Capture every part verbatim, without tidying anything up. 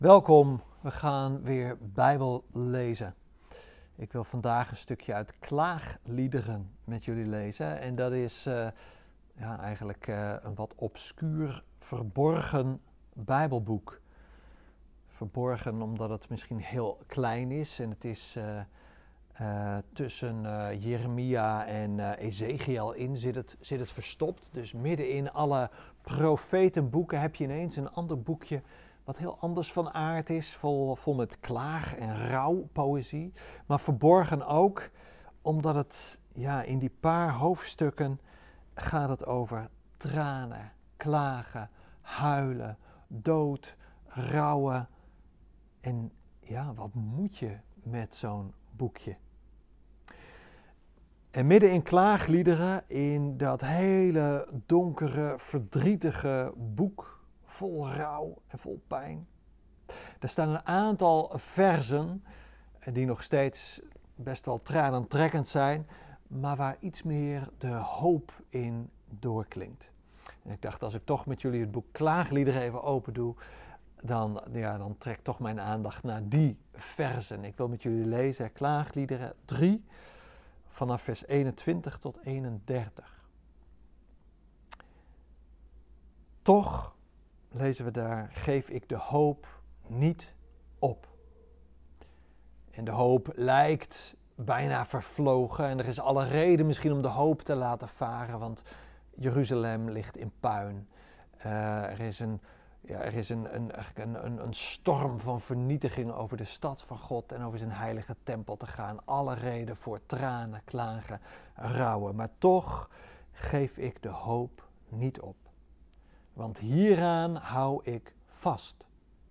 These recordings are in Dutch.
Welkom, we gaan weer Bijbel lezen. Ik wil vandaag een stukje uit Klaagliederen met jullie lezen. En dat is uh, ja, eigenlijk uh, een wat obscuur, verborgen Bijbelboek. Verborgen omdat het misschien heel klein is en het is uh, uh, tussen uh, Jeremia en uh, Ezekiel in zit het, zit het verstopt. Dus midden in alle profetenboeken heb je ineens een ander boekje wat heel anders van aard is, vol, vol met klaag- en rouwpoëzie. Maar verborgen ook, omdat het ja, in die paar hoofdstukken gaat het over tranen, klagen, huilen, dood, rouwen. En ja, wat moet je met zo'n boekje? En midden in Klaagliederen, in dat hele donkere, verdrietige boek, vol rouw en vol pijn. Er staan een aantal versen die nog steeds best wel tranentrekkend zijn, maar waar iets meer de hoop in doorklinkt. En ik dacht, als ik toch met jullie het boek Klaagliederen even open doe, dan, ja, dan trekt toch mijn aandacht naar die versen. Ik wil met jullie lezen Klaagliederen drie, vanaf vers eenentwintig tot eenendertig. Toch, lezen we daar, geef ik de hoop niet op. En de hoop lijkt bijna vervlogen en er is alle reden misschien om de hoop te laten varen, want Jeruzalem ligt in puin. Uh, er is, een, ja, er is een, een, een, een storm van vernietiging over de stad van God en over zijn heilige tempel te gaan. Alle reden voor tranen, klagen, rouwen. Maar toch geef ik de hoop niet op. Want hieraan hou ik vast.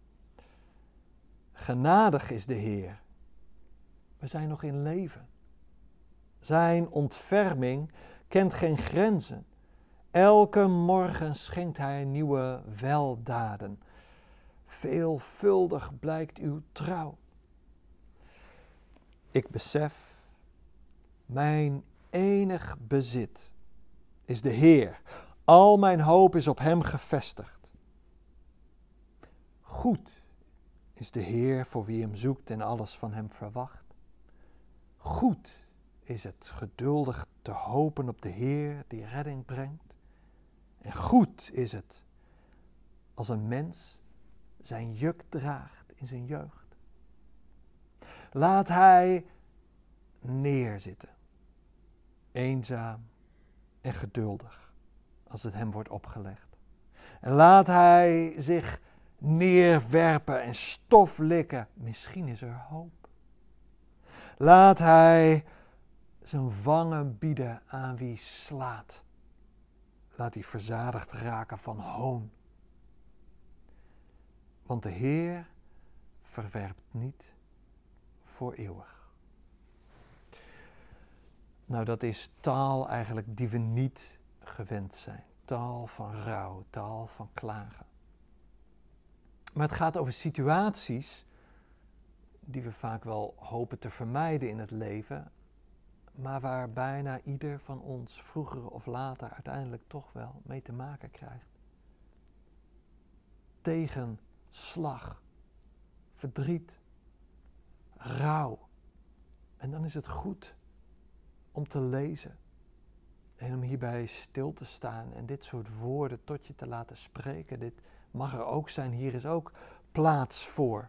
Genadig is de Heer. We zijn nog in leven. Zijn ontferming kent geen grenzen. Elke morgen schenkt Hij nieuwe weldaden. Veelvuldig blijkt uw trouw. Ik besef, mijn enig bezit is de Heer. Al mijn hoop is op Hem gevestigd. Goed is de Heer voor wie Hem zoekt en alles van Hem verwacht. Goed is het geduldig te hopen op de Heer die redding brengt. En goed is het als een mens zijn juk draagt in zijn jeugd. Laat hij neerzitten, eenzaam en geduldig, als het hem wordt opgelegd. En laat hij zich neerwerpen en stof likken, misschien is er hoop. Laat hij zijn wangen bieden aan wie slaat. Laat hij verzadigd raken van hoon. Want de Heer verwerpt niet voor eeuwig. Nou, dat is taal eigenlijk die we niet gewend zijn. Taal van rouw, taal van klagen. Maar het gaat over situaties die we vaak wel hopen te vermijden in het leven, maar waar bijna ieder van ons vroeger of later uiteindelijk toch wel mee te maken krijgt. Tegenslag, verdriet, rouw. En dan is het goed om te lezen en om hierbij stil te staan en dit soort woorden tot je te laten spreken. Dit mag er ook zijn, hier is ook plaats voor.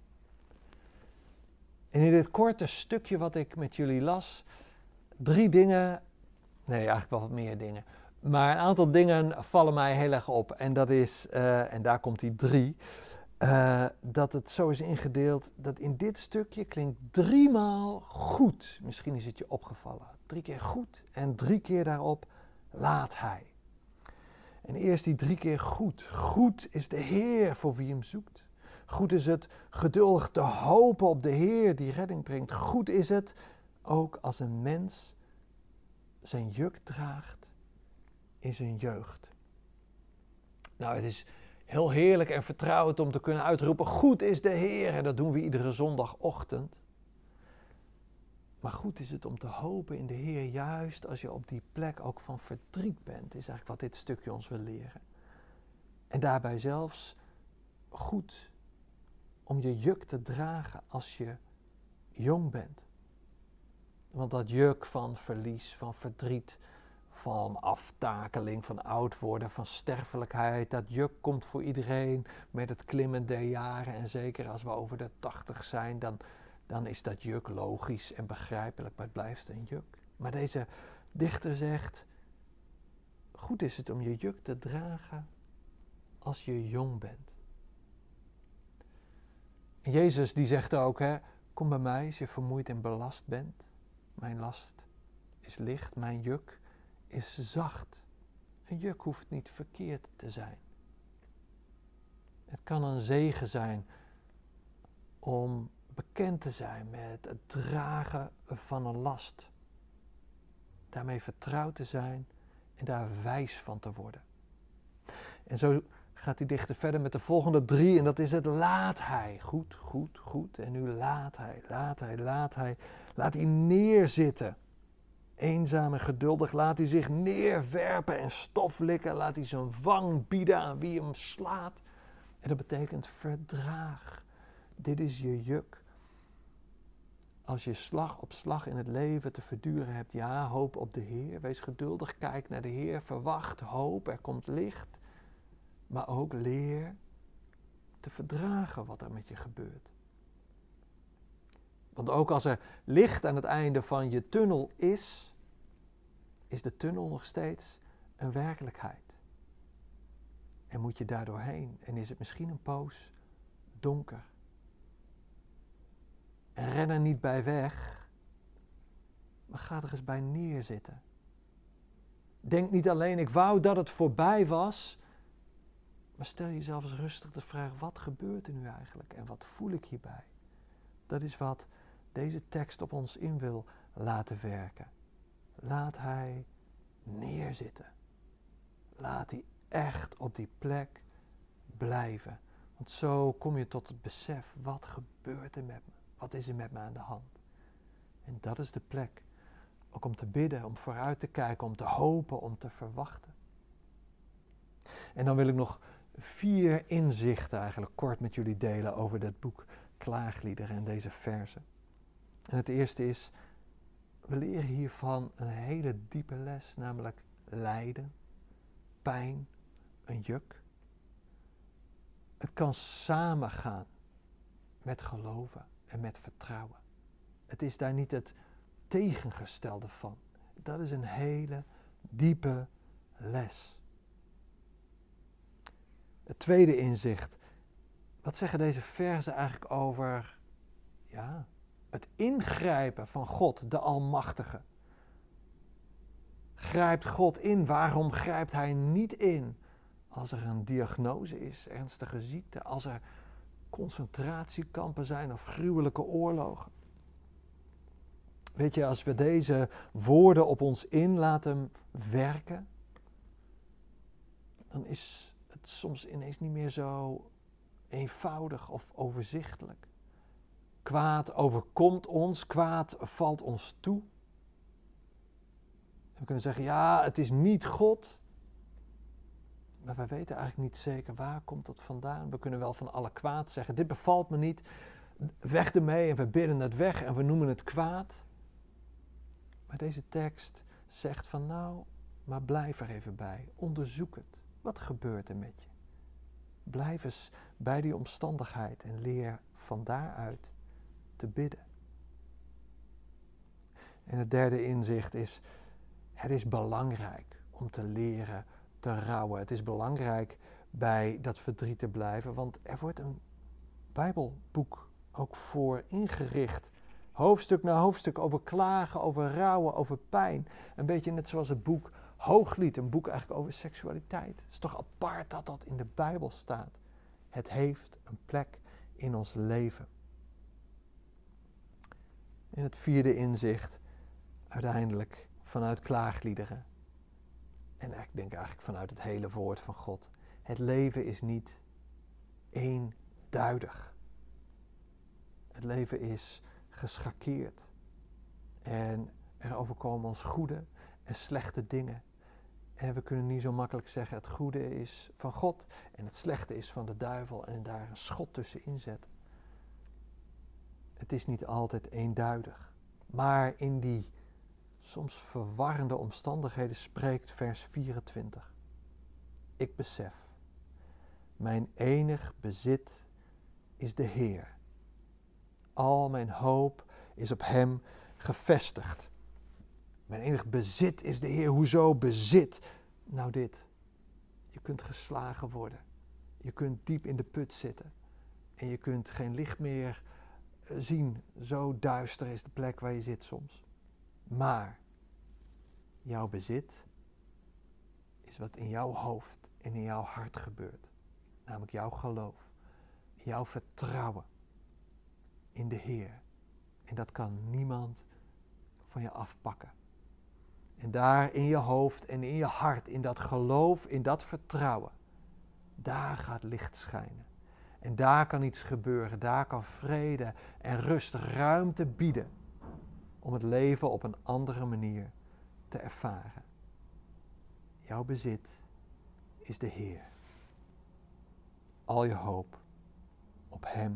En in dit korte stukje wat ik met jullie las, drie dingen, nee eigenlijk wel wat meer dingen, maar een aantal dingen vallen mij heel erg op. En dat is, uh, en daar komt die drie, uh, dat het zo is ingedeeld dat in dit stukje klinkt driemaal goed. Misschien is het je opgevallen. Drie keer goed en drie keer daarop laat hij. En eerst die drie keer goed. Goed is de Heer voor wie hem zoekt. Goed is het geduldig te hopen op de Heer die redding brengt. Goed is het ook als een mens zijn juk draagt in zijn jeugd. Nou, het is heel heerlijk en vertrouwend om te kunnen uitroepen, goed is de Heer. En dat doen we iedere zondagochtend. Maar goed is het om te hopen in de Heer, juist als je op die plek ook van verdriet bent, is eigenlijk wat dit stukje ons wil leren. En daarbij zelfs goed om je juk te dragen als je jong bent. Want dat juk van verlies, van verdriet, van aftakeling, van oud worden, van sterfelijkheid, dat juk komt voor iedereen met het klimmen der jaren. En zeker als we over de tachtig zijn, dan, dan is dat juk logisch en begrijpelijk, maar het blijft een juk. Maar deze dichter zegt, goed is het om je juk te dragen als je jong bent. En Jezus die zegt ook, hè, kom bij mij als je vermoeid en belast bent. Mijn last is licht, mijn juk is zacht. Een juk hoeft niet verkeerd te zijn. Het kan een zegen zijn om bekend te zijn met het dragen van een last. Daarmee vertrouwd te zijn en daar wijs van te worden. En zo gaat die dichter verder met de volgende drie en dat is het laat hij. Goed, goed, goed. En nu laat hij, laat hij, laat hij. Laat hij neerzitten. Eenzaam en geduldig laat hij zich neerwerpen en stof likken. Laat hij zijn wang bieden aan wie hem slaat. En dat betekent verdraag. Dit is je juk. Als je slag op slag in het leven te verduren hebt, ja, hoop op de Heer. Wees geduldig, kijk naar de Heer, verwacht, hoop, er komt licht. Maar ook leer te verdragen wat er met je gebeurt. Want ook als er licht aan het einde van je tunnel is, is de tunnel nog steeds een werkelijkheid. En moet je daar doorheen en is het misschien een poos donker. En ren er niet bij weg, maar ga er eens bij neerzitten. Denk niet alleen, ik wou dat het voorbij was, maar stel jezelf eens rustig de vraag, wat gebeurt er nu eigenlijk en wat voel ik hierbij? Dat is wat deze tekst op ons in wil laten werken. Laat hij neerzitten. Laat hij echt op die plek blijven. Want zo kom je tot het besef, wat gebeurt er met me? Wat is er met me aan de hand? En dat is de plek. Ook om te bidden, om vooruit te kijken, om te hopen, om te verwachten. En dan wil ik nog vier inzichten eigenlijk kort met jullie delen over dit boek Klaagliederen en deze verzen. En het eerste is, we leren hiervan een hele diepe les, namelijk lijden, pijn, een juk. Het kan samengaan met geloven en met vertrouwen. Het is daar niet het tegengestelde van. Dat is een hele diepe les. Het tweede inzicht. Wat zeggen deze verzen eigenlijk over ja, het ingrijpen van God, de Almachtige? Grijpt God in? Waarom grijpt hij niet in? Als er een diagnose is, ernstige ziekte, als er concentratiekampen zijn of gruwelijke oorlogen. Weet je, als we deze woorden op ons in laten werken, dan is het soms ineens niet meer zo eenvoudig of overzichtelijk. Kwaad overkomt ons, kwaad valt ons toe. We kunnen zeggen, ja, het is niet God. Maar wij weten eigenlijk niet zeker, waar komt dat vandaan? We kunnen wel van alle kwaad zeggen, dit bevalt me niet. Weg ermee en we bidden het weg en we noemen het kwaad. Maar deze tekst zegt van nou, maar blijf er even bij. Onderzoek het. Wat gebeurt er met je? Blijf eens bij die omstandigheid en leer van daaruit te bidden. En het derde inzicht is, het is belangrijk om te leren te rouwen. Het is belangrijk bij dat verdriet te blijven, want er wordt een Bijbelboek ook voor ingericht. Hoofdstuk na hoofdstuk over klagen, over rouwen, over pijn. Een beetje net zoals het boek Hooglied, een boek eigenlijk over seksualiteit. Het is toch apart dat dat in de Bijbel staat. Het heeft een plek in ons leven. En het vierde inzicht, uiteindelijk vanuit Klaagliederen. En ik denk eigenlijk vanuit het hele woord van God. Het leven is niet eenduidig. Het leven is geschakeerd. En er overkomen ons goede en slechte dingen. En we kunnen niet zo makkelijk zeggen, het goede is van God en het slechte is van de duivel en daar een schot tussen inzetten. Het is niet altijd eenduidig. Maar in die soms verwarrende omstandigheden spreekt vers vierentwintig. Ik besef, mijn enig bezit is de Heer. Al mijn hoop is op Hem gevestigd. Mijn enig bezit is de Heer. Hoezo bezit? Nou dit, je kunt geslagen worden. Je kunt diep in de put zitten. En je kunt geen licht meer zien. Zo duister is de plek waar je zit soms. Maar jouw bezit is wat in jouw hoofd en in jouw hart gebeurt. Namelijk jouw geloof. Jouw vertrouwen in de Heer. En dat kan niemand van je afpakken. En daar in je hoofd en in je hart, in dat geloof, in dat vertrouwen, daar gaat licht schijnen. En daar kan iets gebeuren, daar kan vrede en rust ruimte bieden om het leven op een andere manier te ervaren. Jouw bezit is de Heer. Al je hoop op Hem